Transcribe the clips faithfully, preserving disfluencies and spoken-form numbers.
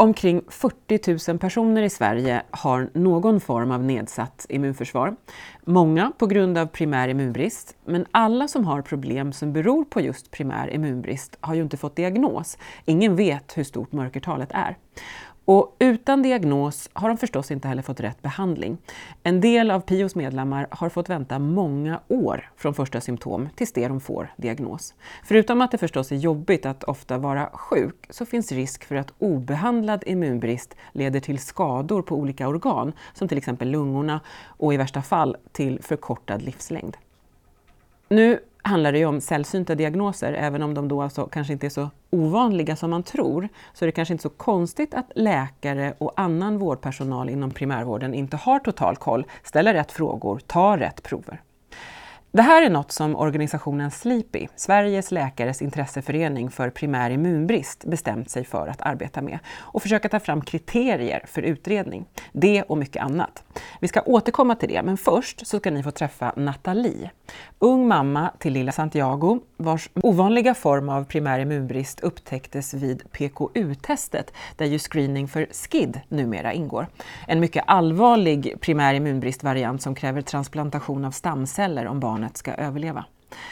Omkring fyrtio tusen personer i Sverige har någon form av nedsatt immunförsvar. Många på grund av primär immunbrist, men alla som har problem som beror på just primär immunbrist har ju inte fått diagnos. Ingen vet hur stort mörkertalet är. Och utan diagnos har de förstås inte heller fått rätt behandling. En del av P I Os medlemmar har fått vänta många år från första symptom tills det de får diagnos. Förutom att det förstås är jobbigt att ofta vara sjuk så finns risk för att obehandlad immunbrist leder till skador på olika organ som till exempel lungorna och i värsta fall till förkortad livslängd. Nu handlar det ju om sällsynta diagnoser, även om de då alltså kanske inte är så ovanliga som man tror, så är det kanske inte så konstigt att läkare och annan vårdpersonal inom primärvården inte har total koll, ställer rätt frågor, tar rätt prover. Det här är något som organisationen Sleepy, Sveriges läkares intresseförening för primär immunbrist, bestämt sig för att arbeta med och försöka ta fram kriterier för utredning. Det och mycket annat. Vi ska återkomma till det, men först så ska ni få träffa Nathalie. Ung mamma till lilla Santiago, vars ovanliga form av primär immunbrist upptäcktes vid P K U-testet, där ju screening för S C I D numera ingår. En mycket allvarlig primär immunbristvariant som kräver transplantation av stamceller om barnet ska överleva.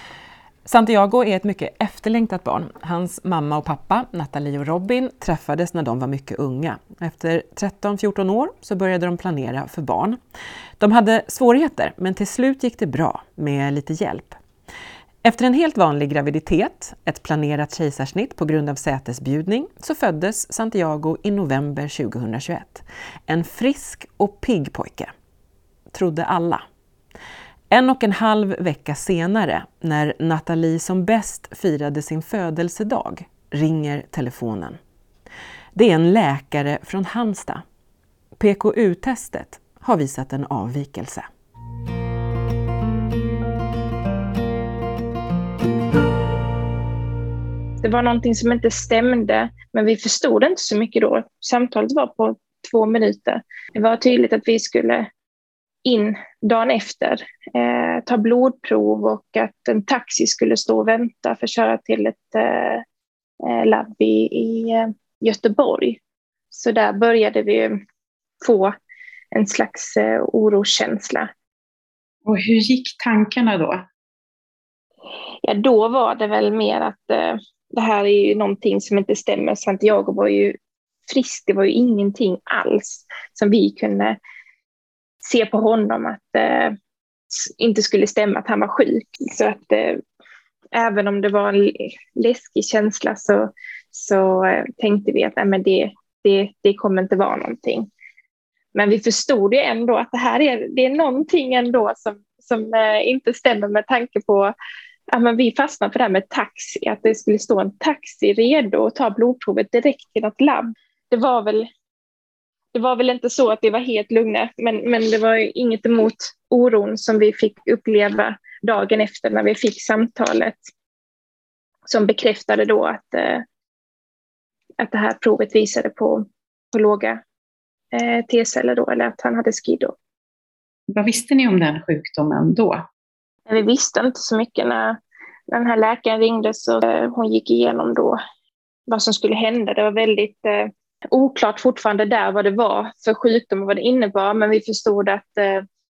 Santiago är ett mycket efterlängtat barn. Hans mamma och pappa, Nathalie och Robin, träffades när de var mycket unga. Efter tretton fjorton år så började de planera för barn. De hade svårigheter, men till slut gick det bra med lite hjälp. Efter en helt vanlig graviditet, ett planerat kejsarsnitt på grund av sätesbjudning, så föddes Santiago i november tjugohundratjugoett. En frisk och pigg pojke, trodde alla. En och en halv vecka senare, när Nathalie som bäst firade sin födelsedag, ringer telefonen. Det är en läkare från Halmstad. P K U-testet har visat en avvikelse. Det var någonting som inte stämde, men vi förstod inte så mycket då. Samtalet var på två minuter. Det var tydligt att vi skulle in dagen efter, eh, ta blodprov och att en taxi skulle stå och vänta för att köra till ett eh, labb i, i eh, Göteborg. Så där började vi få en slags eh, oroskänsla. Och hur gick tankarna då? Ja, då var det väl mer att eh, det här är ju någonting som inte stämmer. Santiago var ju frisk, det var ju ingenting alls som vi kunde se på honom att eh, inte skulle stämma att han var sjuk. Så att eh, även om det var en läskig känsla så, så eh, tänkte vi att nej, men det, det, det kommer inte vara någonting. Men vi förstod ju ändå att det här är, det är någonting ändå som, som eh, inte stämmer med tanke på att men vi fastnade för det här med taxi. Att det skulle stå en taxi redo att ta blodprovet direkt till något labb. Det var väl Det var väl inte så att det var helt lugna, men, men det var ju inget emot oron som vi fick uppleva dagen efter när vi fick samtalet som bekräftade då att, eh, att det här provet visade på, på låga eh, T-celler då, eller att han hade S C I D då. Vad visste ni om den sjukdomen då? Vi visste inte så mycket. När, när den här läkaren ringde så eh, hon gick igenom då vad som skulle hända. Det var väldigt eh, oklart fortfarande där vad det var för sjukdom och vad det innebar, men vi förstod att eh,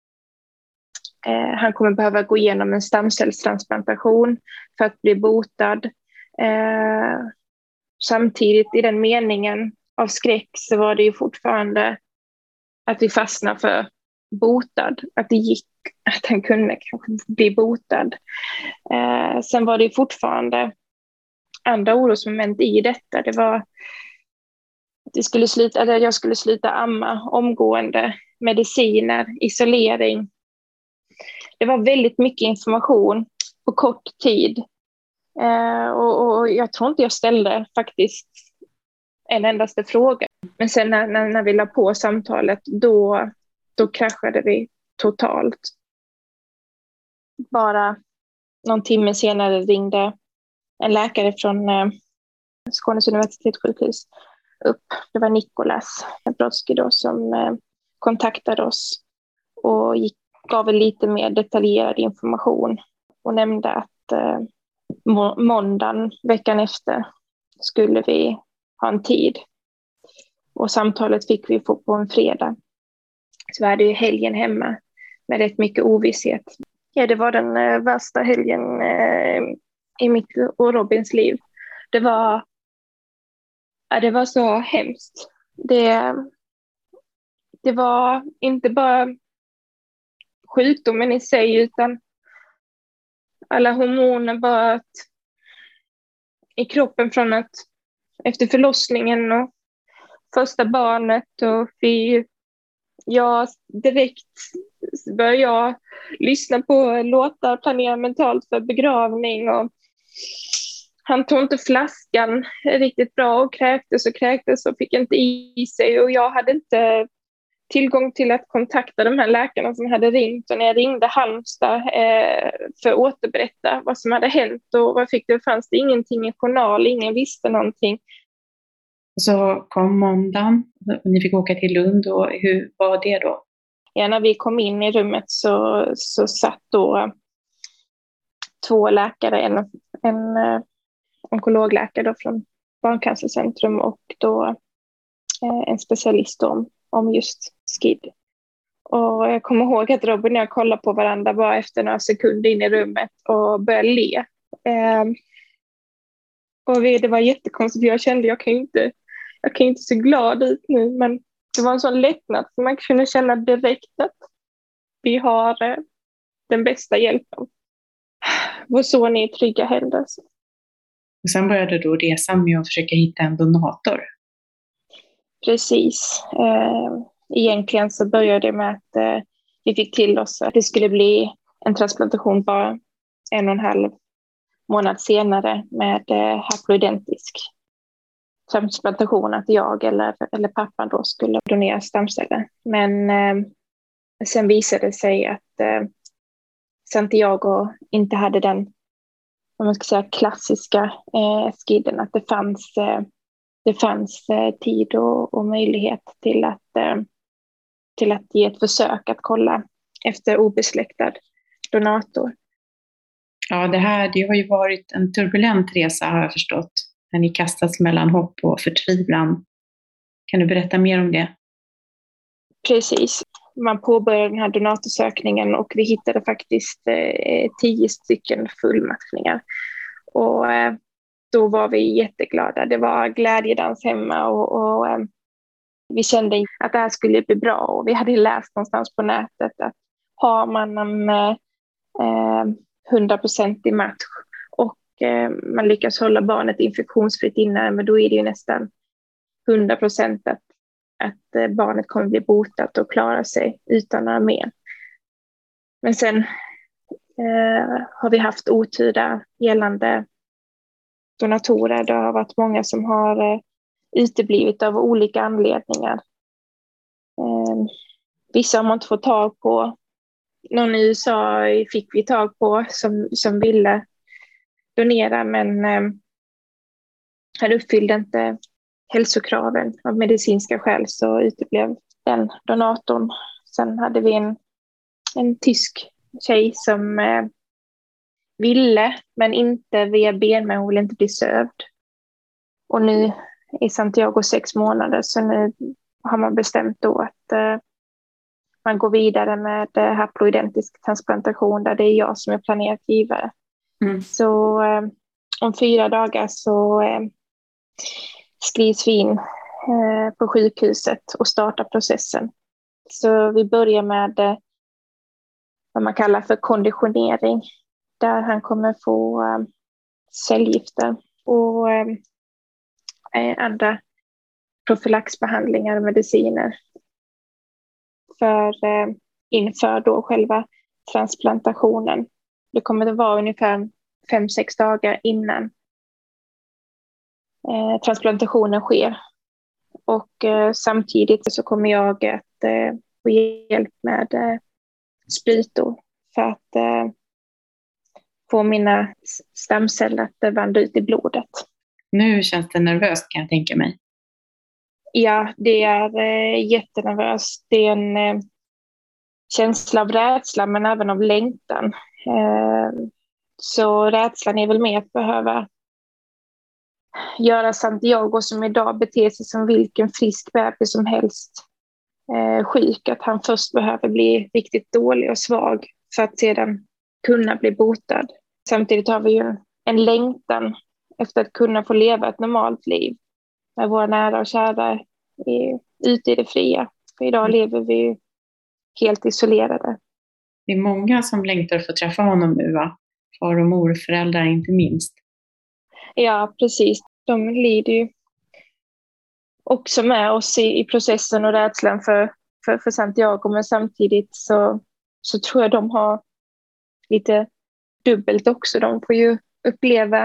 eh, han kommer behöva gå igenom en stamcellstransplantation för att bli botad. Eh, samtidigt i den meningen av skräck så var det ju fortfarande att vi fastnade för botad, att det gick, att han kunde kanske bli botad. Eh, sen var det fortfarande andra orosmoment i detta. Det var att jag skulle sluta, eller jag skulle sluta amma omgående, mediciner, isolering. Det var väldigt mycket information på kort tid. Eh, och, och jag tror inte jag ställde faktiskt en endaste fråga. Men sen när, när, när vi la på samtalet, då, då kraschade vi totalt. Bara någon timme senare ringde en läkare från eh, Skånes universitetssjukhus upp. Det var Nikolas Brodsky då som eh, kontaktade oss och gick, gav lite mer detaljerad information och nämnde att eh, må- måndagen veckan efter skulle vi ha en tid. Och samtalet fick vi få på en fredag. Så vi hade ju helgen hemma med rätt mycket ovisshet. Ja, det var den eh, värsta helgen eh, i mitt och Robins liv. Det var, ja, det var så hemskt. Det, det var inte bara sjukdomen i sig, utan alla hormoner bara att, i kroppen från att efter förlossningen och första barnet, och vi, jag direkt började jag lyssna på låtar, planera mentalt för begravning, och han tog inte flaskan riktigt bra och kräktes och kräktes och fick inte i sig, och jag hade inte tillgång till att kontakta de här läkarna som hade ringt, och när jag ringde Halmstad eh, för att återberätta vad som hade hänt och vad fick det, fanns det ingenting i journal, ingen visste någonting. Så kom måndagen och ni fick åka till Lund, och hur var det då? Ja, när vi kom in i rummet så, så satt då två läkare, en, en eh, onkologläkare då från Barncancercentrum och då eh, en specialist om, om just S C I D. Och jag kommer ihåg att Robin och jag kollade på varandra bara efter några sekunder in i rummet och började le. Eh, och vi, det var jättekonstigt, jag kände jag kan ju inte, jag kan inte se glad ut nu, men det var en sån lättnad som man kunde känna direkt att vi har eh, den bästa hjälpen. Vår son är i trygga händer. Och sen började då resan med att försöka hitta en donator. Precis. Eh, egentligen så började det med att eh, vi fick till oss att det skulle bli en transplantation bara en och en halv månad senare med eh, haploidentisk transplantation, att jag eller, eller pappan då skulle donera stamceller. Men eh, sen visade det sig att eh, Santiago inte hade den, om man ska säga, klassiska eh, skidden, att det fanns, eh, det fanns eh, tid och, och möjlighet till att, eh, till att ge ett försök att kolla efter obesläktad donator. Ja, det här det har ju varit en turbulent resa, har jag förstått, när ni kastats mellan hopp och förtvivlan. Kan du berätta mer om det? Precis. Man påbörjade den här donatorsökningen och vi hittade faktiskt eh, tio stycken fullmatchningar. Och eh, då var vi jätteglada. Det var glädjedans hemma och, och eh, vi kände att det här skulle bli bra. Och vi hade läst någonstans på nätet att har man en eh, hundra procent i match och eh, man lyckas hålla barnet infektionsfritt innan, men då är det ju nästan hundra procent att att barnet kommer bli botat och klara sig utan några men. Men sen eh, har vi haft otur där gällande donatorer. Det har varit många som har eh, uteblivit av olika anledningar. Eh, vissa har man inte fått tag på. Någon i U S A fick vi tag på som, som ville donera, men eh, han uppfyllde inte hälsokraven av medicinska skäl, så uteblev den donatorn. Sen hade vi en, en tysk tjej som eh, ville, men inte via benmärg, hon ville inte bli sövd. Och nu är Santiago sex månader, så nu har man bestämt då att eh, man går vidare med eh, haploidentisk transplantation, där det är jag som är planerat givare. Mm. Så eh, om fyra dagar så eh, skrivs vi in eh, på sjukhuset och startar processen. Så vi börjar med eh, vad man kallar för konditionering, där han kommer få eh, cellgifter och eh, andra profylaxbehandlingar och mediciner för, eh, inför då själva transplantationen. Det kommer att vara ungefär fem sex dagar innan Eh, transplantationen sker, och eh, samtidigt så kommer jag att eh, få hjälp med eh, sprutor för att eh, få mina stamceller att eh, vandra ut i blodet. Nu känns det nervöst, kan jag tänka mig. Ja, det är eh, jättenervöst. Det är en eh, känsla av rädsla, men även av längtan. Eh, så rädslan är väl mer att behöva göra Santiago, som idag beter sig som vilken frisk bebis som helst, eh, sjuk. Att han först behöver bli riktigt dålig och svag för att sedan kunna bli botad. Samtidigt har vi ju en, en längtan efter att kunna få leva ett normalt liv med våra nära och kära i, ute i det fria. För idag lever vi helt isolerade. Det är många som längtar att få träffa honom nu, va? Far och morföräldrar inte minst. Ja, precis. De lider ju också med oss i, i processen och rädslan för, för, för Santiago. Men samtidigt så, så tror jag de har lite dubbelt också. De får ju uppleva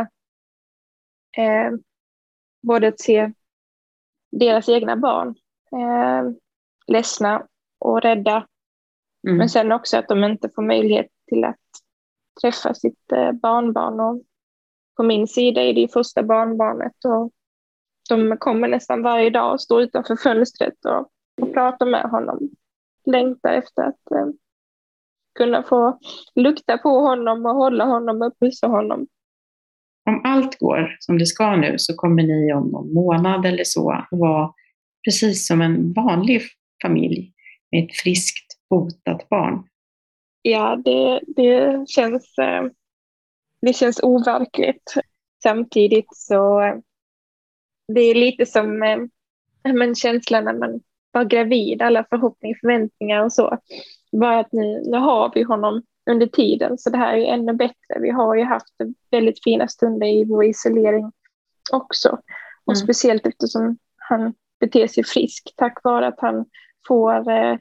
eh, både att se deras egna barn eh, ledsna och rädda. Mm. Men sen också att de inte får möjlighet till att träffa sitt eh, barnbarn. Och på min sida är det ju första barnbarnet. Och de kommer nästan varje dag och står utanför fönstret och, och pratar med honom. Längtar efter att eh, kunna få lukta på honom och hålla honom och pussa honom. Om allt går som det ska nu så kommer ni om någon månad eller så att vara precis som en vanlig familj med ett friskt botat barn. Ja, det, det, känns, det känns overkligt. Samtidigt så det är lite som men, känslan när man var gravid, alla förhoppningar, förväntningar och så. Bara att nu, nu har vi honom under tiden, så det här är ännu bättre. Vi har ju haft väldigt fina stunder i vår isolering också. Och mm. speciellt eftersom han beter sig frisk tack vare att han får eh,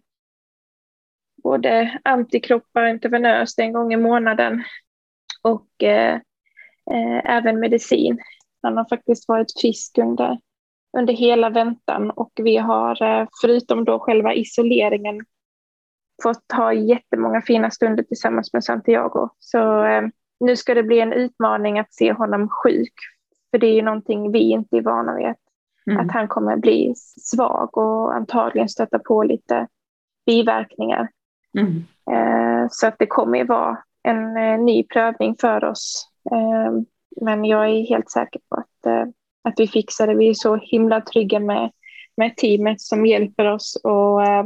både antikroppar intravenöst en gång i månaden och eh, eh, även medicin. Han har faktiskt varit frisk under, under hela väntan, och vi har eh, förutom då själva isoleringen fått ha jättemånga fina stunder tillsammans med Santiago. Så eh, nu ska det bli en utmaning att se honom sjuk. För det är ju någonting vi inte är vana vid. Mm. Att han kommer bli svag och antagligen stöta på lite biverkningar. Mm. Eh, så att det kommer ju vara en eh, ny prövning för oss. Eh, men jag är helt säker på att, eh, att vi fixar det. Vi är så himla trygga med, med teamet som hjälper oss. Och eh,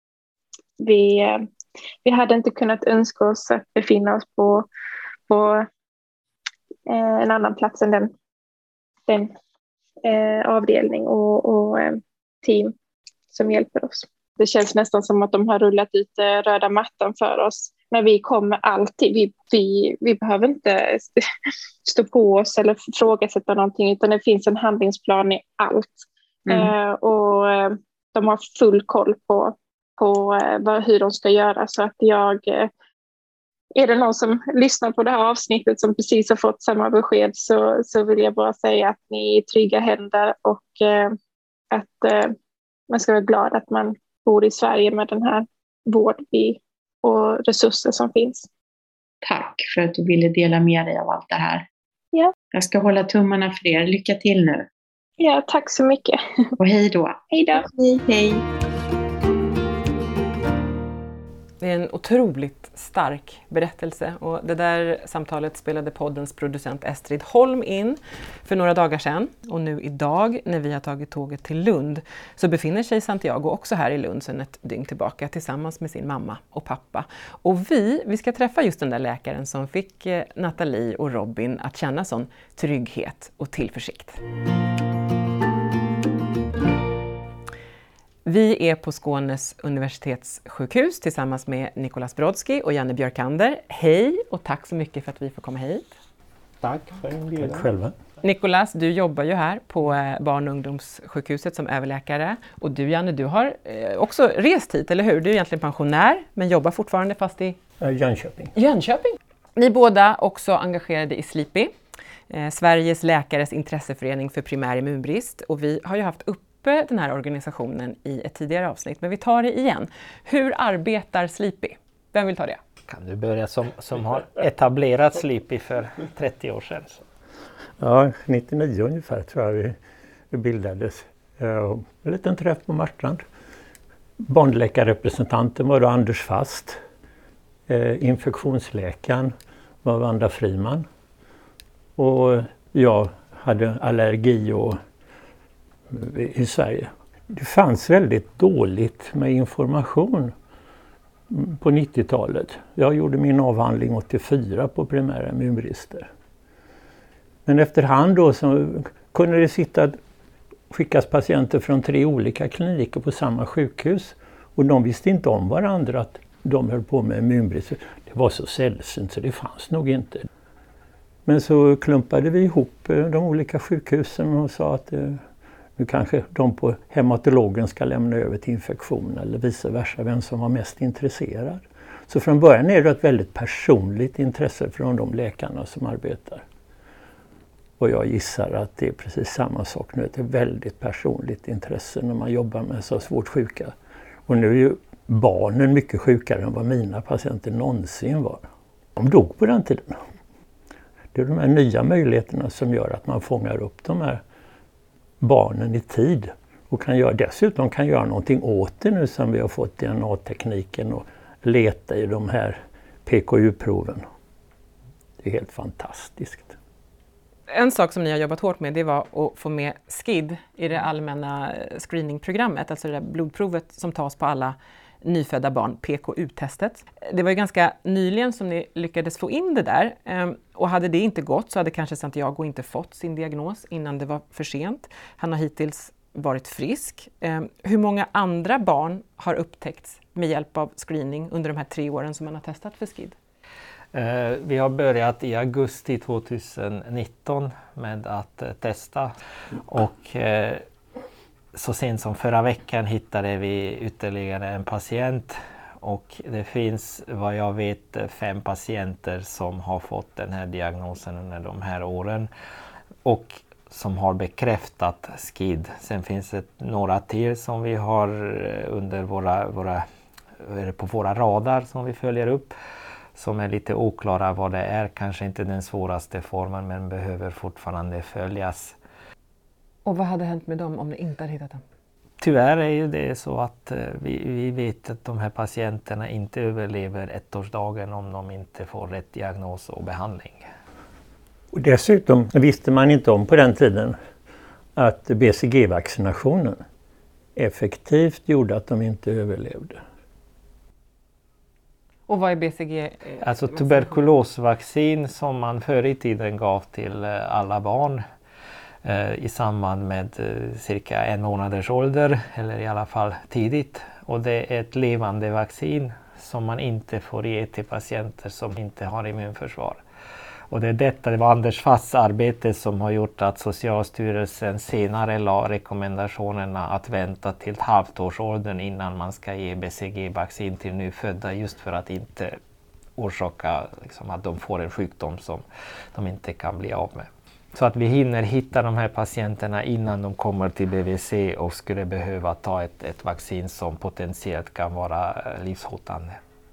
vi, eh, vi hade inte kunnat önska oss att befinna oss på, på eh, en annan plats än den, den eh, avdelning och, och eh, team som hjälper oss. Det känns nästan som att de har rullat ut röda mattan för oss. Men vi kommer alltid, vi, vi, vi behöver inte stå på oss eller frågasätta någonting, utan det finns en handlingsplan i allt. Mm. Eh, och eh, de har full koll på, på eh, vad, hur de ska göra. Så att jag, eh, är det någon som lyssnar på det här avsnittet som precis har fått samma besked, så, så vill jag bara säga att ni är i trygga händer, och eh, att eh, man ska vara glad att man bor i Sverige med den här vård och resurser som finns. Tack för att du ville dela med dig av allt det här. Ja. Jag ska hålla tummarna för er. Lycka till nu. Ja, tack så mycket. Och hej då. Hej då. Hej, hej. Det är en otroligt stark berättelse, och det där samtalet spelade poddens producent Estrid Holm in för några dagar sedan. Och nu idag när vi har tagit tåget till Lund så befinner sig Santiago också här i Lund sedan ett dygn tillbaka tillsammans med sin mamma och pappa. Och vi, vi ska träffa just den där läkaren som fick Nathalie och Robin att känna sån trygghet och tillförsikt. Vi är på Skånes universitetssjukhus tillsammans med Nicolas Brodsky och Janne Björkander. Hej och tack så mycket för att vi får komma hit. Tack för inbjudan. Tack själva. Nicolas, du jobbar ju här på barn- och ungdomssjukhuset som överläkare. Och du, Janne, du har också rest hit, eller hur? Du är egentligen pensionär men jobbar fortfarande fast i Jönköping. Jönköping. Ni är båda också engagerade i Sleepy, eh, Sveriges läkares intresseförening för primär immunbrist. Och vi har ju haft upp den här organisationen i ett tidigare avsnitt, men vi tar det igen. Hur arbetar Sleepy? Vem vill ta det? Kan du börja som, som har etablerat Sleepy för trettio år sedan? Ja, nittionio ungefär tror jag vi, vi bildades. En liten träff på Marstrand. Barnläkarrepresentanten var då Anders Fast. Infektionsläkaren var Wanda Friman. Och jag hade allergi och, i Sverige. Det fanns väldigt dåligt med information på nittiotalet. Jag gjorde min avhandling åttiofyra på primära immunbrister. Men efterhand då så kunde det sitta, skickas patienter från tre olika kliniker på samma sjukhus. Och de visste inte om varandra att de höll på med immunbrister. Det var så sällsynt så det fanns nog inte. Men så klumpade vi ihop de olika sjukhusen och sa att nu kanske de på hematologen ska lämna över till infektion eller vice versa, vem som var mest intresserad. Så från början är det ett väldigt personligt intresse från de läkarna som arbetar. Och jag gissar att det är precis samma sak nu, ett väldigt personligt intresse när man jobbar med så svårt sjuka. Och nu är ju barnen mycket sjukare än vad mina patienter någonsin var. De dog på den tiden. Det är de här nya möjligheterna som gör att man fångar upp de här barnen i tid och kan göra, dessutom kan göra någonting åt det nu som vi har fått D N A-tekniken och leta i de här P K U-proven. Det är helt fantastiskt. En sak som ni har jobbat hårt med det var att få med SCID i det allmänna screeningprogrammet, alltså det där blodprovet som tas på alla nyfödda barn, P K U-testet. Det var ju ganska nyligen som ni lyckades få in det där och hade det inte gått så hade kanske Santiago inte fått sin diagnos innan det var för sent. Han har hittills varit frisk. Hur många andra barn har upptäckts med hjälp av screening under de här tre åren som man har testat för SCID? Vi har börjat i augusti tjugonitton med att testa och så sent som förra veckan hittade vi ytterligare en patient och det finns vad jag vet fem patienter som har fått den här diagnosen under de här åren och som har bekräftat SCID. Sen finns det några till som vi har under våra, våra, på våra radar som vi följer upp som är lite oklara vad det är, kanske inte den svåraste formen men behöver fortfarande följas. Och vad hade hänt med dem om ni inte hade hittat dem? Tyvärr är ju det så att vi, vi vet att de här patienterna inte överlever ettårsdagen om de inte får rätt diagnos och behandling. Och dessutom visste man inte om på den tiden att B C G-vaccinationen effektivt gjorde att de inte överlevde. Och vad är B C G? Alltså tuberkulosvaccin som man förr i tiden gav till alla barn eh, i samband med eh, cirka en månaders ålder eller i alla fall tidigt. Och det är ett levande vaccin som man inte får ge till patienter som inte har immunförsvar. Och det är detta, det var Anders Fasts arbete som har gjort att Socialstyrelsen senare la rekommendationerna att vänta till halvtårsåldern innan man ska ge B C G-vaccin till nyfödda just för att inte orsaka liksom, att de får en sjukdom som de inte kan bli av med. Så att vi hinner hitta de här patienterna innan de kommer till B V C och skulle behöva ta ett, ett vaccin som potentiellt kan vara livshotande.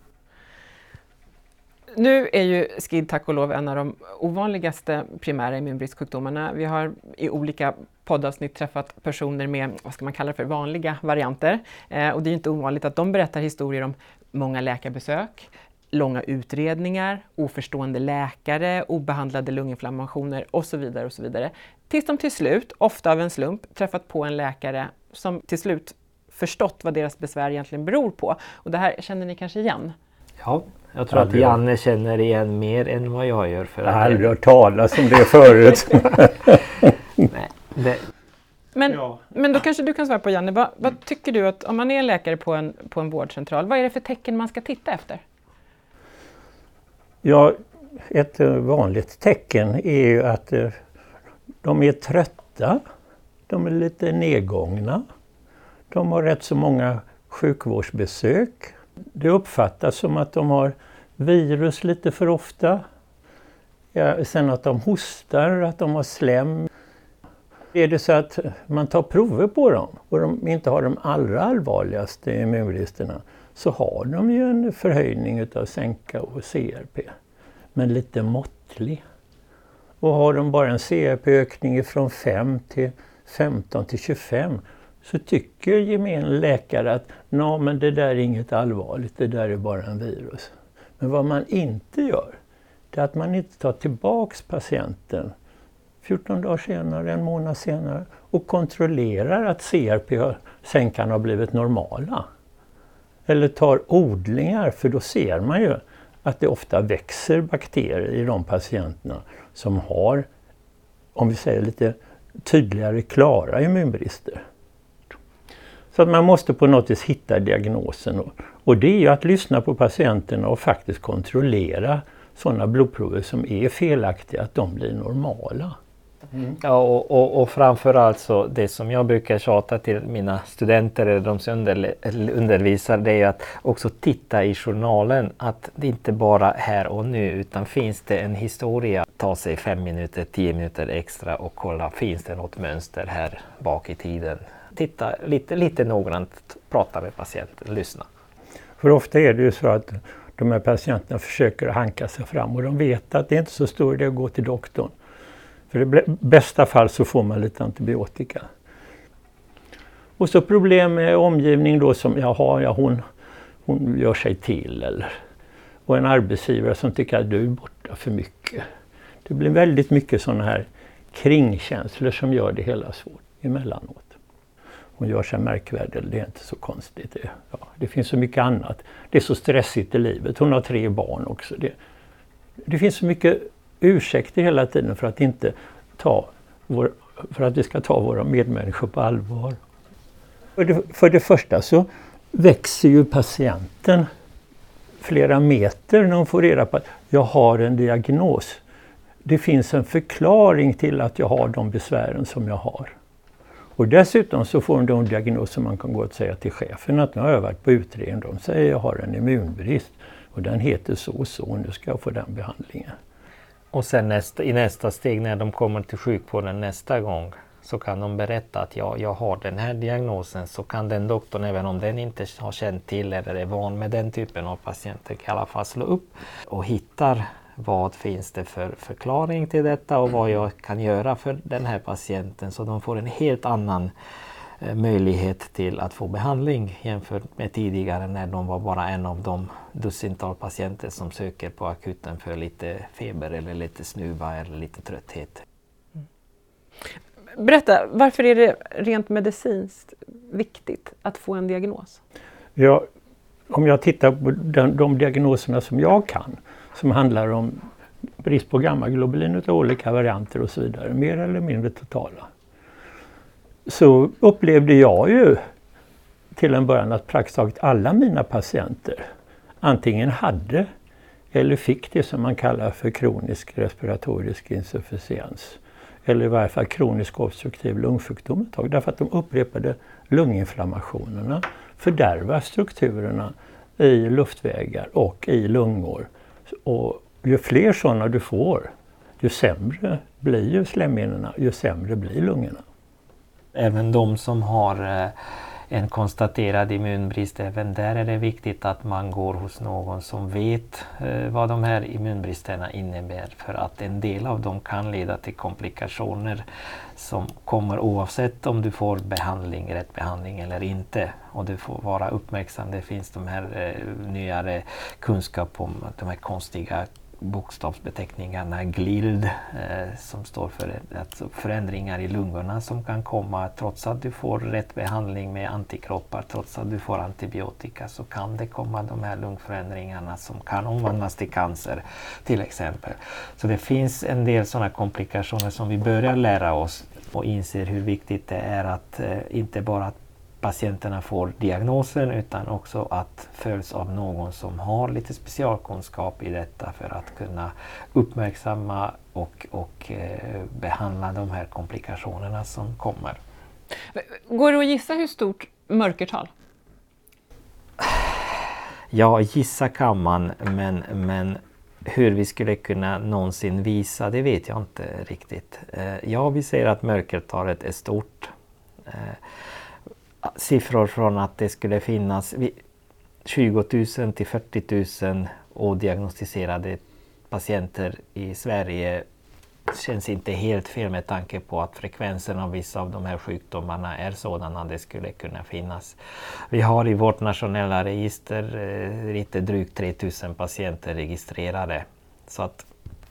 Nu är ju SCID tack och lov en av de ovanligaste primära immunbristsjukdomarna. Vi har i olika poddavsnitt träffat personer med, vad ska man kalla det för, vanliga varianter. Eh, och det är inte ovanligt att de berättar historier om många läkarbesök, långa utredningar, oförstående läkare, obehandlade lunginflammationer och så vidare och så vidare. Tills de till slut, ofta av en slump, träffat på en läkare som till slut förstått vad deras besvär egentligen beror på. Och det här känner ni kanske igen? Ja, jag tror att Janne känner igen mer än vad jag gör. För jag har aldrig hört talas om det förut. Nej, det... Men, ja. men då kanske du kan svara på, Janne. Vad, vad tycker du att om man är läkare på en, på en vårdcentral, vad är det för tecken man ska titta efter? Ja, ett vanligt tecken är ju att de är trötta, de är lite nedgångna, de har rätt så många sjukvårdsbesök. Det uppfattas som att de har virus lite för ofta. Ja, sen att de hostar, att de har slem. Är det så att man tar prover på dem och de inte har de allra allvarligaste immunbristerna så har de ju en förhöjning utav sänka och C R P. Men lite måttlig. Och har de bara en C R P-ökning från fem till femton till tjugofem så tycker gemen läkare att nej, men det där är inget allvarligt, det där är bara en virus. Men vad man inte gör, det är att man inte tar tillbaks patienten fjorton dagar senare, en månad senare och kontrollerar att C R P-sänkarna har blivit normala. Eller tar odlingar, för då ser man ju att det ofta växer bakterier i de patienterna som har, om vi säger lite tydligare, klara immunbrister. Så att man måste på något vis hitta diagnosen. Och, och det är ju att lyssna på patienterna och faktiskt kontrollera sådana blodprover som är felaktiga, att de blir normala. Mm. Ja, och, och, och framförallt så det som jag brukar tjata till mina studenter eller de som under, undervisar, det är att också titta i journalen, att det inte bara här och nu, utan finns det en historia, ta sig fem minuter, tio minuter extra och kolla, finns det något mönster här bak i tiden. Titta lite, lite noggrant, prata med patienten, lyssna. För ofta är det ju så att de här patienterna försöker hanka sig fram och de vet att det är inte så stor idé att gå till doktorn. För i bästa fall så får man lite antibiotika. Och så problem med omgivning då som, jaha, ja, hon, hon gör sig till. Eller, och en arbetsgivare som tycker att du är borta för mycket. Det blir väldigt mycket sådana här kringkänslor som gör det hela svårt emellanåt. Hon gör sig märkvärdig, det är inte så konstigt. Det, ja, det finns så mycket annat. Det är så stressigt i livet. Hon har tre barn också. Det, det finns så mycket ursäkter hela tiden för att inte ta vår, för att vi ska ta våra medmänniskor på allvar. För det, för det första så växer ju patienten flera meter när hon får reda på att jag har en diagnos. Det finns en förklaring till att jag har de besvären som jag har. Och dessutom så får hon då en diagnos som man kan gå och säga till chefen att nu har jag varit på utredning. De säger att jag har en immunbrist och den heter så och så, nu ska jag få den behandlingen. Och sen nästa, i nästa steg när de kommer till sjukvården nästa gång så kan de berätta att ja, jag har den här diagnosen, så kan den doktorn, även om den inte har känt till eller är van med den typen av patienter, i alla fall slå upp och hittar vad finns det för förklaring till detta och vad jag kan göra för den här patienten, så de får en helt annan eh, möjlighet till att få behandling jämfört med tidigare när de var bara en av de dussintal patienter som söker på akuten för lite feber eller lite snuva eller lite trötthet. Mm. Berätta, varför är det rent medicinskt viktigt att få en diagnos? Ja, om jag tittar på den, de diagnoserna som jag kan, som handlar om brist på gammaglobulin av olika varianter och så vidare, mer eller mindre totala. Så upplevde jag ju till en början att praktiskt taget alla mina patienter antingen hade eller fick det som man kallar för kronisk respiratorisk insufficiens. Eller i varje fall kronisk obstruktiv lungsjukdom ett tag, därför att de upprepade lunginflammationerna fördärvar strukturerna i luftvägar och i lungor. Och ju fler sådana du får, ju sämre blir ju slemhinnorna, ju sämre blir lungorna. Även de som har en konstaterad immunbrist, även där är det viktigt att man går hos någon som vet vad de här immunbristerna innebär, för att en del av dem kan leda till komplikationer som kommer oavsett om du får behandling, rätt behandling eller inte. Och du får vara uppmärksam, det finns de här eh, nyare kunskap om de här konstiga bokstavsbeteckningarna G L I L D eh, som står för alltså förändringar i lungorna som kan komma trots att du får rätt behandling med antikroppar, trots att du får antibiotika, så kan det komma de här lungförändringarna som kan omvandlas till cancer till exempel. Så det finns en del sådana komplikationer som vi börjar lära oss och inser hur viktigt det är att eh, inte bara att patienterna får diagnosen utan också att följs av någon som har lite specialkunskap i detta för att kunna uppmärksamma och, och eh, behandla de här komplikationerna som kommer. Går det att gissa hur stort mörkertal? Ja, gissa kan man, men, men hur vi skulle kunna någonsin visa, det vet jag inte riktigt. Eh, ja, vi säger att mörkertalet är stort. Eh, Siffror från att det skulle finnas tjugo tusen till fyrtio tusen odiagnostiserade patienter i Sverige känns inte helt fel med tanke på att frekvensen av vissa av de här sjukdomarna är sådana att det skulle kunna finnas. Vi har i vårt nationella register eh, lite drygt tre tusen patienter registrerade. Så att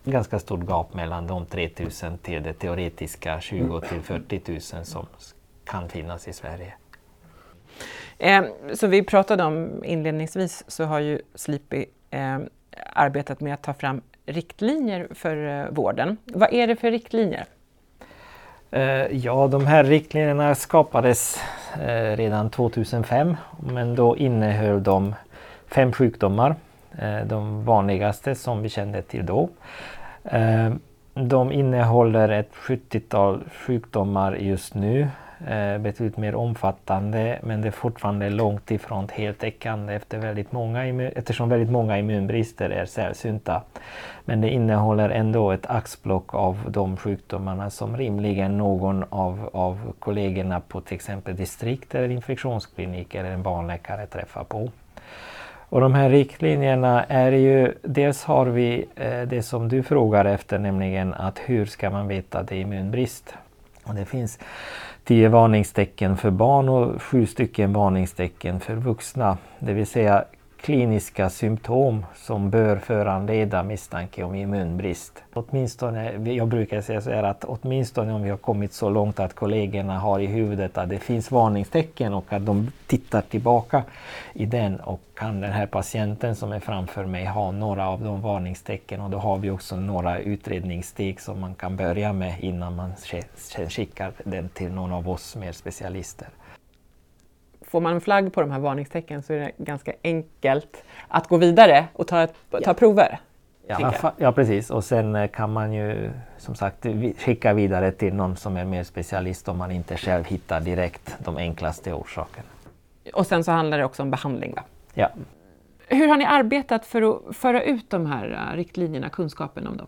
ganska stort gap mellan de tre tusen till det teoretiska tjugo till fyrtio tusen som kan finnas i Sverige. Eh, som vi pratade om inledningsvis så har ju Sleepy eh, arbetat med att ta fram riktlinjer för eh, vården. Vad är det för riktlinjer? Eh, ja, de här riktlinjerna skapades eh, redan tjugohundrafem, men då innehöll de fem sjukdomar, eh, de vanligaste som vi kände till då. Eh, de innehåller ett sjuttiotal sjukdomar just nu, eh, betydligt mer omfattande, men det är fortfarande långt ifrån heltäckande efter väldigt många, eftersom väldigt många immunbrister är sällsynta. Men det innehåller ändå ett axplock av de sjukdomarna som rimligen någon av, av kollegorna på till exempel distrikt eller infektionsklinik eller en barnläkare träffar på. Och de här riktlinjerna är ju, dels har vi eh, det som du frågar efter, nämligen att hur ska man veta det är immunbrist? Och det finns tio varningstecken för barn och sju stycken varningstecken för vuxna, det vill säga kliniska symptom som bör föranleda misstanke om immunbrist. Åtminstone, jag brukar säga så här att åtminstone om vi har kommit så långt att kollegorna har i huvudet att det finns varningstecken och att de tittar tillbaka i den, och kan den här patienten som är framför mig ha några av de varningstecken, och då har vi också några utredningssteg som man kan börja med innan man skickar den till någon av oss mer specialister. Får man en flagg på de här varningstecken så är det ganska enkelt att gå vidare och ta, ett, ta ja. prover. Ja, ja, precis. Och sen kan man ju som sagt skicka vidare till någon som är mer specialist om man inte själv hittar direkt de enklaste orsakerna. Och sen så handlar det också om behandling, va? Ja. Hur har ni arbetat för att föra ut de här riktlinjerna, kunskapen om dem?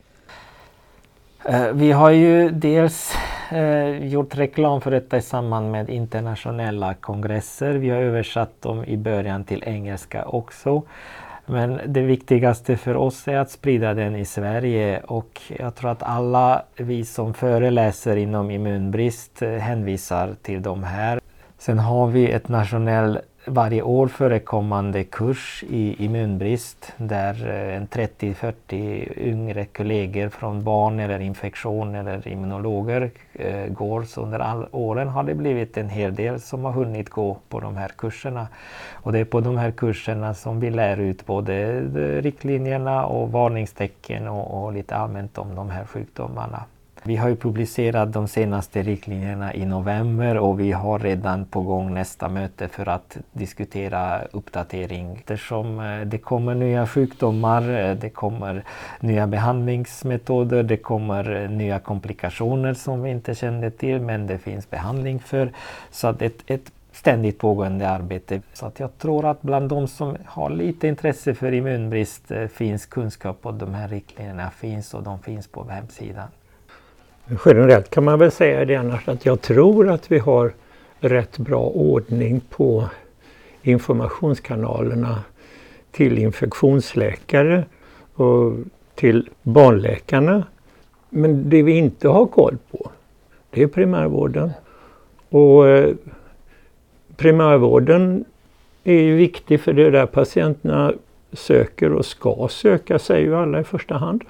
Vi har ju dels eh, gjort reklam för detta i samband med internationella kongresser. Vi har översatt dem i början till engelska också. Men det viktigaste för oss är att sprida den i Sverige, och jag tror att alla vi som föreläser inom immunbrist hänvisar till de här. Sen har vi ett nationell varje år förekommande kurs i immunbrist där en trettio till fyrtio yngre kollegor från barn eller infektion eller immunologer eh, går. Så under alla åren har det blivit en hel del som har hunnit gå på de här kurserna. Och det är på de här kurserna som vi lär ut både riktlinjerna och varningstecken och, och lite allmänt om de här sjukdomarna. Vi har ju publicerat de senaste riktlinjerna i november, och vi har redan på gång nästa möte för att diskutera uppdatering. Eftersom det kommer nya sjukdomar, det kommer nya behandlingsmetoder, det kommer nya komplikationer som vi inte kände till, men det finns behandling för. Så att ett, ett ständigt pågående arbete. Så att jag tror att bland de som har lite intresse för immunbrist finns kunskap och de här riktlinjerna finns, och de finns på hemsidan. Generellt kan man väl säga det annars att jag tror att vi har rätt bra ordning på informationskanalerna till infektionsläkare och till barnläkarna. Men det vi inte har koll på, det är primärvården. Och eh, primärvården är ju viktig för det där patienterna söker och ska söka sig ju alla i första hand.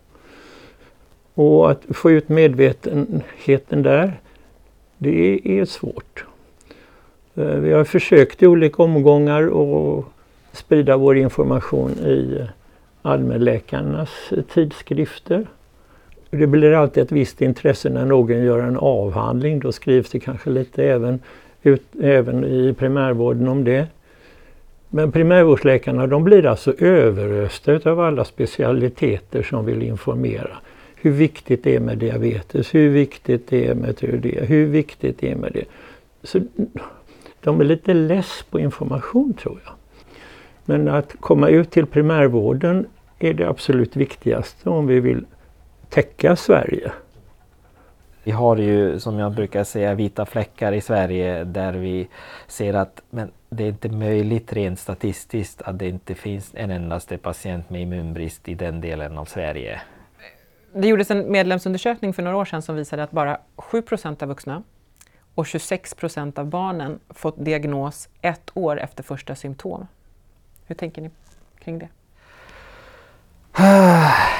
Och att få ut medvetenheten där, det är svårt. Vi har försökt i olika omgångar att sprida vår information i allmänläkarnas tidskrifter. Det blir alltid ett visst intresse när någon gör en avhandling. Då skrivs det kanske lite även, ut, även i primärvården om det. Men primärvårdsläkarna, de blir alltså överösta av alla specialiteter som vill informera. Hur viktigt det är med diabetes, hur viktigt det är med tyreoidea, hur viktigt det är med det. Så de är lite less på information, tror jag. Men att komma ut till primärvården är det absolut viktigaste om vi vill täcka Sverige. Vi har ju, som jag brukar säga, vita fläckar i Sverige där vi ser att men det är inte möjligt rent statistiskt att det inte finns en endaste patient med immunbrist i den delen av Sverige. Det gjordes en medlemsundersökning för några år sedan som visade att bara sju procent av vuxna och tjugosex procent av barnen fått diagnos ett år efter första symptom. Hur tänker ni kring det?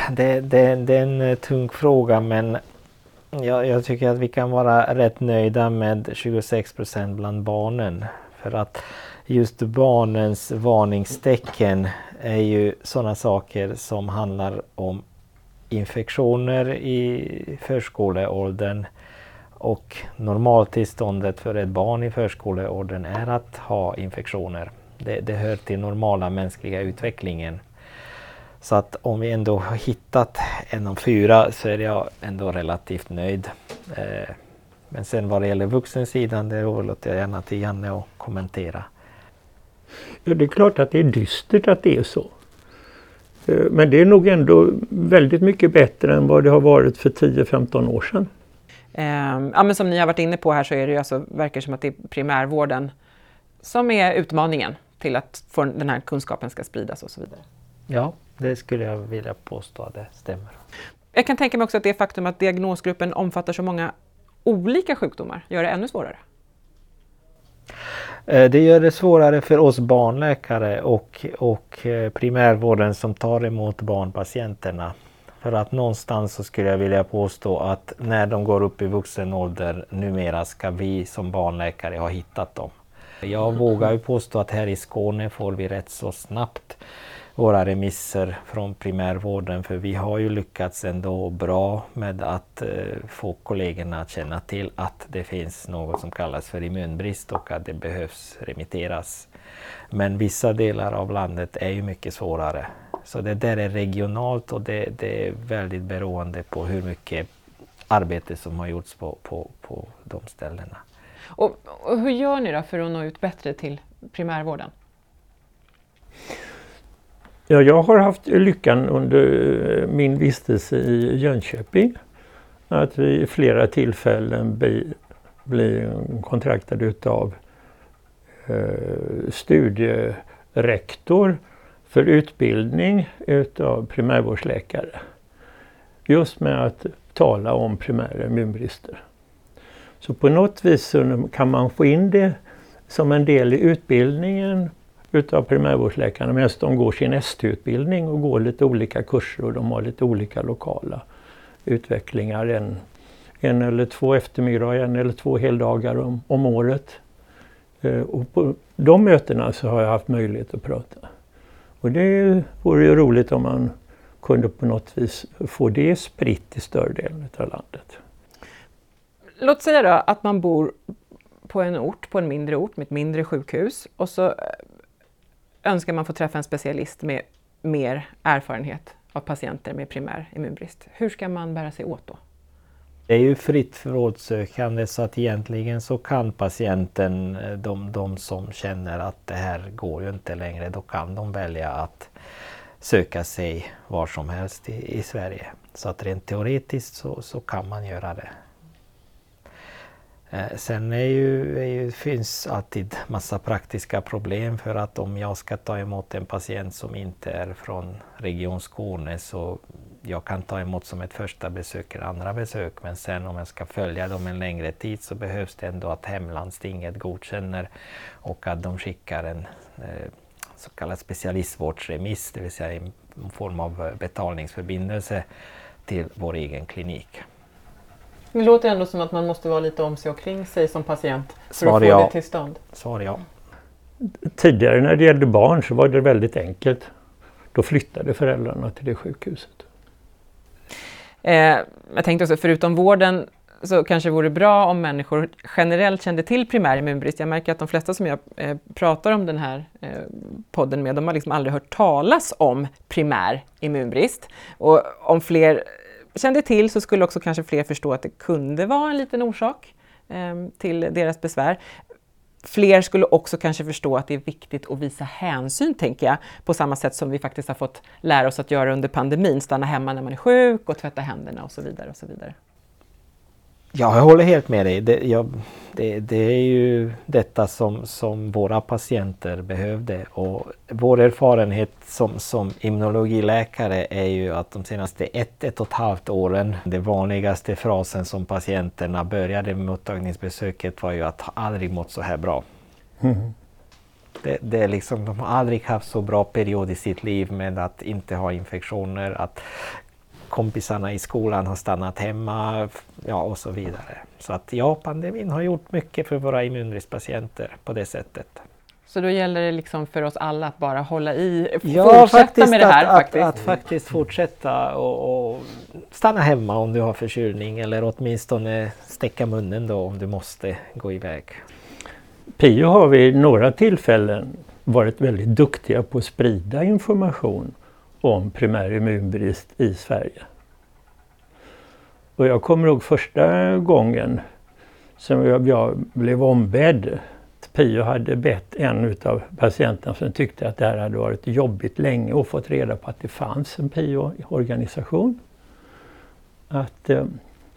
det, det, det är en tung fråga, men jag, jag tycker att vi kan vara rätt nöjda med tjugosex procent bland barnen. För att just barnens varningstecken är ju sådana saker som handlar om infektioner i förskoleåldern. Och normaltillståndet för ett barn i förskoleåldern är att ha infektioner. Det, det hör till normala mänskliga utvecklingen. Så att om vi ändå har hittat en av fyra så är jag ändå relativt nöjd. Eh, men sen vad det gäller vuxensidan, det överlåter jag gärna till Janne att kommentera. Ja, det är klart att det är dystert att det är så. Eh, men det är nog ändå väldigt mycket bättre än vad det har varit för tio femton år sedan. Eh, ja, men som ni har varit inne på här så är det ju alltså, verkar som att det är primärvården som är utmaningen till att få den här kunskapen ska spridas och så vidare. Ja, det skulle jag vilja påstå att det stämmer. Jag kan tänka mig också att det faktum att diagnosgruppen omfattar så många olika sjukdomar gör det ännu svårare. Det gör det svårare för oss barnläkare och, och primärvården som tar emot barnpatienterna. För att någonstans så skulle jag vilja påstå att när de går upp i vuxen ålder numera ska vi som barnläkare ha hittat dem. Jag vågar ju påstå att här i Skåne får vi rätt så snabbt våra remisser från primärvården, för vi har ju lyckats ändå bra med att eh, få kollegorna att känna till att det finns något som kallas för immunbrist och att det behövs remitteras. Men vissa delar av landet är ju mycket svårare. Så det där är regionalt och det, det är väldigt beroende på hur mycket arbete som har gjorts på, på, på de ställena. Och, och hur gör ni då för att nå ut bättre till primärvården? Ja, jag har haft lyckan under min vistelse i Jönköping att vi i flera tillfällen blir bli kontraktade utav eh, studierektor för utbildning utav primärvårdsläkare. Just med att tala om primära immunbrister. Så på något vis kan man få in det som en del i utbildningen utav primärvårdsläkarna medan de går sin S T-utbildning och går lite olika kurser och de har lite olika lokala utvecklingar. En, en eller två eftermiddagar, en eller två heldagar om, om året. Eh, och på de mötena så har jag haft möjlighet att prata. Och det vore ju roligt om man kunde på något vis få det spritt i större delen av landet. Låt säga då att man bor på en ort, på en mindre ort med ett mindre sjukhus och så önskar man få träffa en specialist med mer erfarenhet av patienter med primär immunbrist. Hur ska man bära sig åt då? Det är ju fritt förrådssökande så att egentligen så kan patienten, de, de som känner att det här går ju inte längre, då kan de välja att söka sig var som helst i, i Sverige. Så att rent teoretiskt så, så kan man göra det. Eh, sen är ju, är ju, finns alltid massa praktiska problem, för att om jag ska ta emot en patient som inte är från Region Skåne så jag kan ta emot som ett första besök eller andra besök, men sen om jag ska följa dem en längre tid så behövs det ändå att hemlandstinget godkänner och att de skickar en eh, så kallad specialistvårdsremiss, det vill säga en form av betalningsförbindelse till vår egen klinik. Det låter ändå som att man måste vara lite om sig och kring sig som patient för Svar att få ja. det till stånd. Svar ja. Tidigare när det gällde barn så var det väldigt enkelt. Då flyttade föräldrarna till det sjukhuset. Eh, jag tänkte också, förutom vården så kanske det vore bra om människor generellt kände till primär immunbrist. Jag märker att de flesta som jag eh, pratar om den här eh, podden med, de har liksom aldrig hört talas om primär immunbrist. Och om fler kände till så skulle också kanske fler förstå att det kunde vara en liten orsak eh, till deras besvär. Fler skulle också kanske förstå att det är viktigt att visa hänsyn, tänker jag, på samma sätt som vi faktiskt har fått lära oss att göra under pandemin. Stanna hemma när man är sjuk och tvätta händerna och så vidare och så vidare. Ja, jag håller helt med dig. Det, jag, det, det är ju detta som, som våra patienter behövde. Och vår erfarenhet som, som immunologiläkare är ju att de senaste ett, ett och ett halvt åren, det vanligaste frasen som patienterna började med mottagningsbesöket var ju att ha aldrig mått så här bra. Mm. Det, det är liksom, de har aldrig haft så bra period i sitt liv med att inte ha infektioner, att kompisarna i skolan har stannat hemma, ja, och så vidare. Så att ja, pandemin har gjort mycket för våra immunbristpatienter på det sättet. Så då gäller det liksom för oss alla att bara hålla i, ja, fortsätta med det här att, faktiskt. Att, att faktiskt fortsätta och, och stanna hemma om du har förkylning, eller åtminstone stäcka munnen då om du måste gå iväg. Pio har vid några tillfällen varit väldigt duktiga på att sprida information om primär immunbrist i Sverige. Och jag kommer ihåg första gången som jag, jag blev ombedd. Pio hade bett en av patienterna som tyckte att det här hade varit jobbigt länge och fått reda på att det fanns en Pio-organisation. Att eh,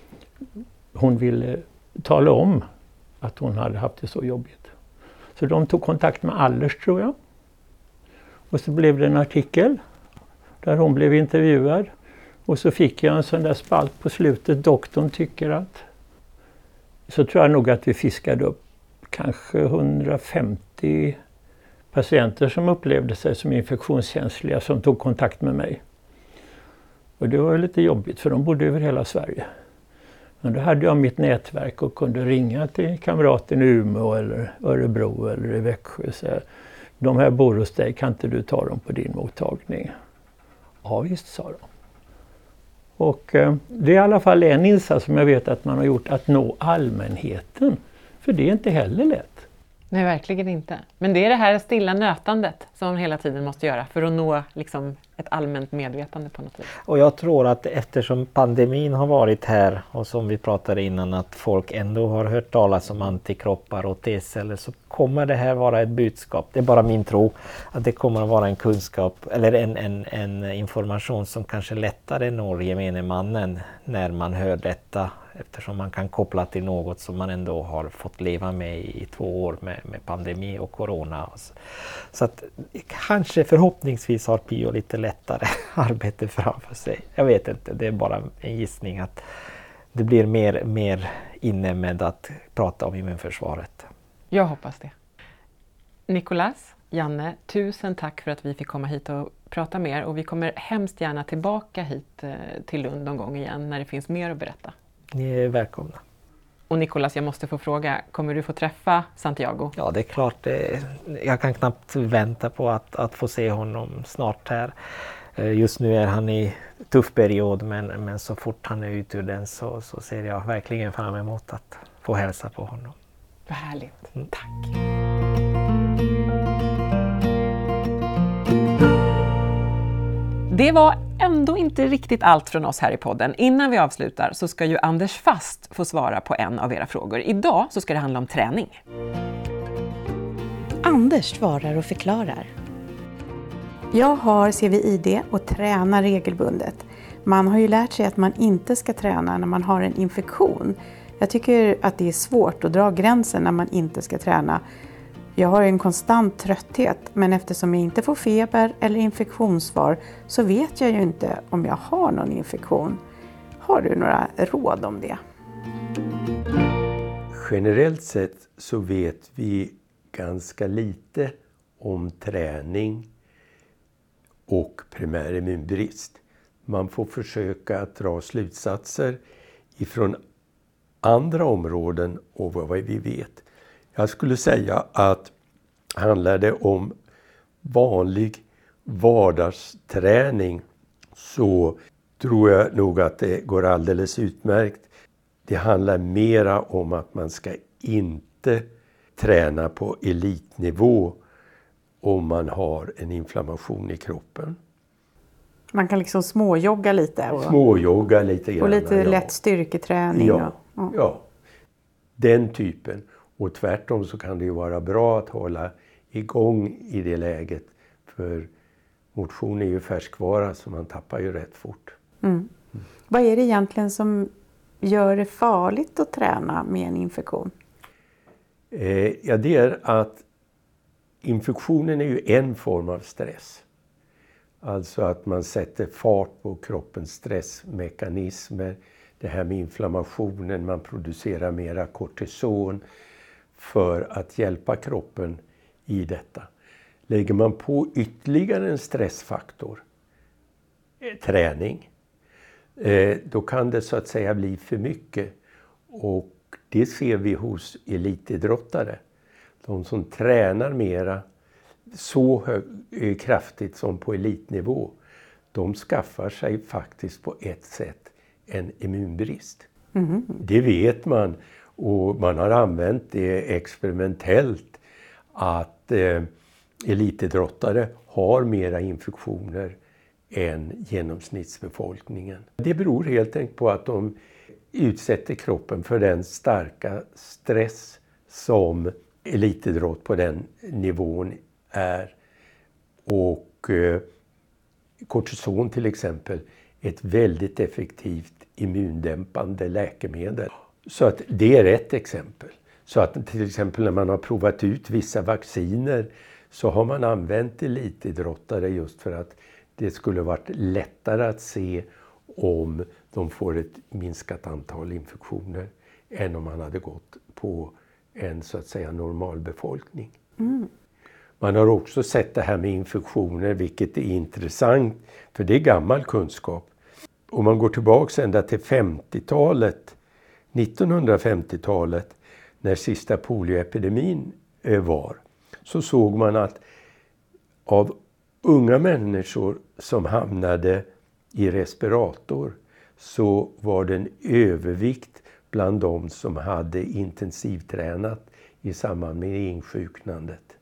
hon ville tala om att hon hade haft det så jobbigt. Så de tog kontakt med Allers, tror jag. Och så blev det en artikel där hon blev intervjuad. Och så fick jag en sån där spalt på slutet. Doktorn tycker att... Så tror jag nog att vi fiskade upp kanske hundrafemtio patienter som upplevde sig som infektionskänsliga som tog kontakt med mig. Och det var lite jobbigt för de bodde över hela Sverige. Men då hade jag mitt nätverk och kunde ringa till kamraten i Umeå eller Örebro eller i Växjö. Så de här bor hos dig, kan inte du ta dem på din mottagning? Ja visst, sa de. Och eh, det är i alla fall en insats som jag vet att man har gjort, att nå allmänheten. För det är inte heller lätt. Nej, verkligen inte. Men det är det här stilla nötandet som man hela tiden måste göra för att nå liksom ett allmänt medvetande på något vis. Och jag tror att eftersom pandemin har varit här, och som vi pratade innan, att folk ändå har hört talas om antikroppar och T-celler, så kommer det här vara ett budskap. Det är bara min tro att det kommer att vara en kunskap eller en, en, en information som kanske lättare når gemene mannen när man hör detta, eftersom man kan koppla till något som man ändå har fått leva med i två år med, med pandemi och corona. Så, så att kanske förhoppningsvis har Pio lite lättare arbete framför sig. Jag vet inte, det är bara en gissning att det blir mer, mer inne med att prata om immunförsvaret. Jag hoppas det. Nicolas, Janne, tusen tack för att vi fick komma hit och prata med er. Och vi kommer hemskt gärna tillbaka hit till Lund någon gång igen när det finns mer att berätta. Ni är välkomna. Och Nicolas, jag måste få fråga, kommer du få träffa Santiago? Ja, det är klart. Det, jag kan knappt vänta på att, att få se honom snart här. Just nu är han i tuff period, men, men så fort han är ute ur den så, så ser jag verkligen fram emot att få hälsa på honom. Vad härligt. Mm. Tack. Det var ändå inte riktigt allt från oss här i podden. Innan vi avslutar så ska ju Anders Fast få svara på en av era frågor. Idag så ska det handla om träning. Anders svarar och förklarar. Jag har C V I D och tränar regelbundet. Man har ju lärt sig att man inte ska träna när man har en infektion. Jag tycker att det är svårt att dra gränsen när man inte ska träna. Jag har en konstant trötthet, men eftersom jag inte får feber eller infektionssvar så vet jag ju inte om jag har någon infektion. Har du några råd om det? Generellt sett så vet vi ganska lite om träning och primär immunbrist. Man får försöka att dra slutsatser ifrån andra områden och vad vi vet. Jag skulle säga att handlar det om vanlig vardagsträning så tror jag nog att det går alldeles utmärkt. Det handlar mera om att man ska inte träna på elitnivå om man har en inflammation i kroppen. Man kan liksom småjogga lite. Och, småjogga lite grann. Och lite ja. lätt styrketräning. Ja, och, ja. ja, den typen. Och tvärtom så kan det ju vara bra att hålla igång i det läget. För motion är ju färskvara så man tappar ju rätt fort. Mm. Mm. Vad är det egentligen som gör det farligt att träna med en infektion? Eh, ja, det är att infektionen är ju en form av stress. Alltså att man sätter fart på kroppens stressmekanismer. Det här med inflammationen, man producerar mera kortison för att hjälpa kroppen i detta. Lägger man på ytterligare en stressfaktor, träning, eh, då kan det så att säga bli för mycket. Och det ser vi hos elitidrottare. De som tränar mera så hög, eh, kraftigt som på elitnivå, de skaffar sig faktiskt på ett sätt en immunbrist. Mm. Det vet man, och man har använt det experimentellt, att eh, elitidrottare har mera infektioner än genomsnittsbefolkningen. Det beror helt enkelt på att de utsätter kroppen för den starka stress som elitidrott på den nivån är. Och eh, kortison till exempel är ett väldigt effektivt immundämpande läkemedel. Så att det är ett exempel. Så att till exempel när man har provat ut vissa vacciner så har man använt elitidrottare just för att det skulle varit lättare att se om de får ett minskat antal infektioner än om man hade gått på en så att säga normalbefolkning. Mm. Man har också sett det här med infektioner, vilket är intressant för det är gammal kunskap. Om man går tillbaka ända till femtiotalet, nittonhundrafemtiotalet, när sista polioepidemin var, så såg man att av unga människor som hamnade i respirator så var det en övervikt bland de som hade intensivtränat i samband med insjuknandet.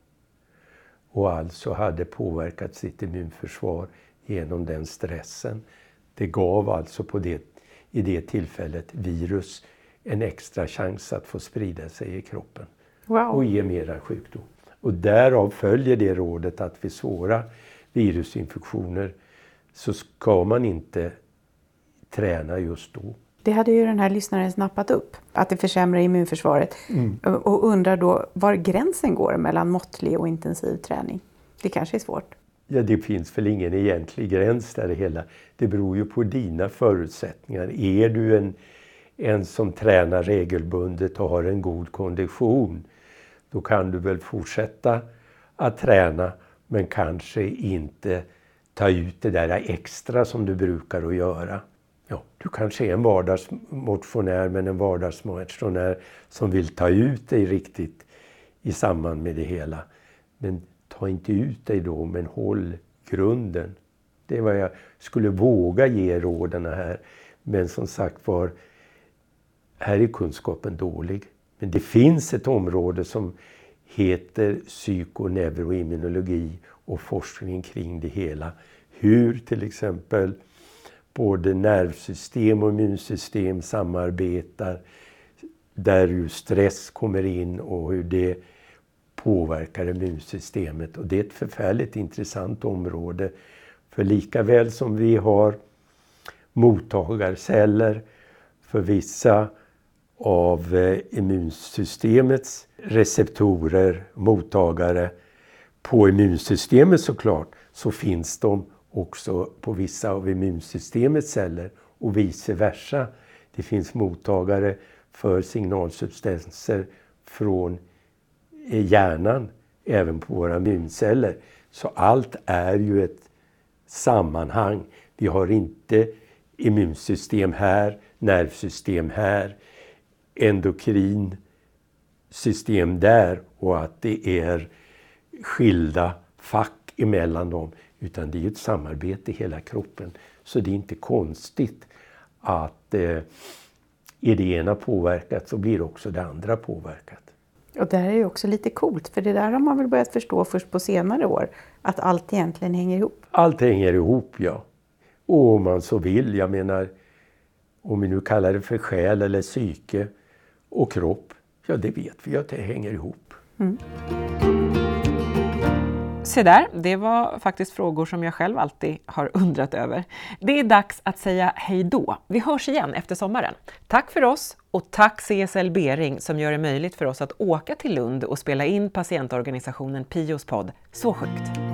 Och alltså hade påverkat sitt immunförsvar genom den stressen. Det gav alltså på det, i det tillfället virus en extra chans att få sprida sig i kroppen. Wow. Och ge mera sjukdom. Och därav följer det rådet att vid svåra virusinfektioner så ska man inte träna just då. Det hade ju den här lyssnaren snappat upp, att det försämrar immunförsvaret. Mm. Och undrar då var gränsen går mellan måttlig och intensiv träning. Det kanske är svårt. Ja, det finns väl ingen egentlig gräns där det hela. Det beror ju på dina förutsättningar. Är du en, en som tränar regelbundet och har en god kondition, då kan du väl fortsätta att träna men kanske inte ta ut det där extra som du brukar att göra. Ja, du kanske är en vardagsmotionär, men en vardagsmotionär som vill ta ut dig riktigt i samband med det hela. Men ta inte ut dig då, men håll grunden. Det är vad jag skulle våga ge råden här. Men som sagt var, här är kunskapen dålig. Men det finns ett område som heter psykoneuroimmunologi och forskning kring det hela. Hur till exempel både nervsystem och immunsystem samarbetar. Där ju stress kommer in och hur det påverkar immunsystemet. Och det är ett förfärligt intressant område. För lika väl som vi har mottagarceller för vissa av immunsystemets receptorer, mottagare på immunsystemet såklart, så finns de också på vissa av immunsystemets celler och vice versa. Det finns mottagare för signalsubstanser från hjärnan även på våra immunceller. Så allt är ju ett sammanhang. Vi har inte immunsystem här, nervsystem här, endokrin system där och att det är skilda fack emellan dem, utan det är ett samarbete i hela kroppen. Så det är inte konstigt att eh, är det ena påverkat så blir också det andra påverkat. Och det här är ju också lite coolt, för det där har man väl börjat förstå först på senare år, att allt egentligen hänger ihop. Allt hänger ihop, ja. Och om man så vill, jag menar, om vi nu kallar det för själ eller psyke och kropp, ja det vet vi att det hänger ihop. Mm. Se där, det var faktiskt frågor som jag själv alltid har undrat över. Det är dags att säga hej då. Vi hörs igen efter sommaren. Tack för oss och tack C S L Behring som gör det möjligt för oss att åka till Lund och spela in patientorganisationen Pios podd Så sjukt.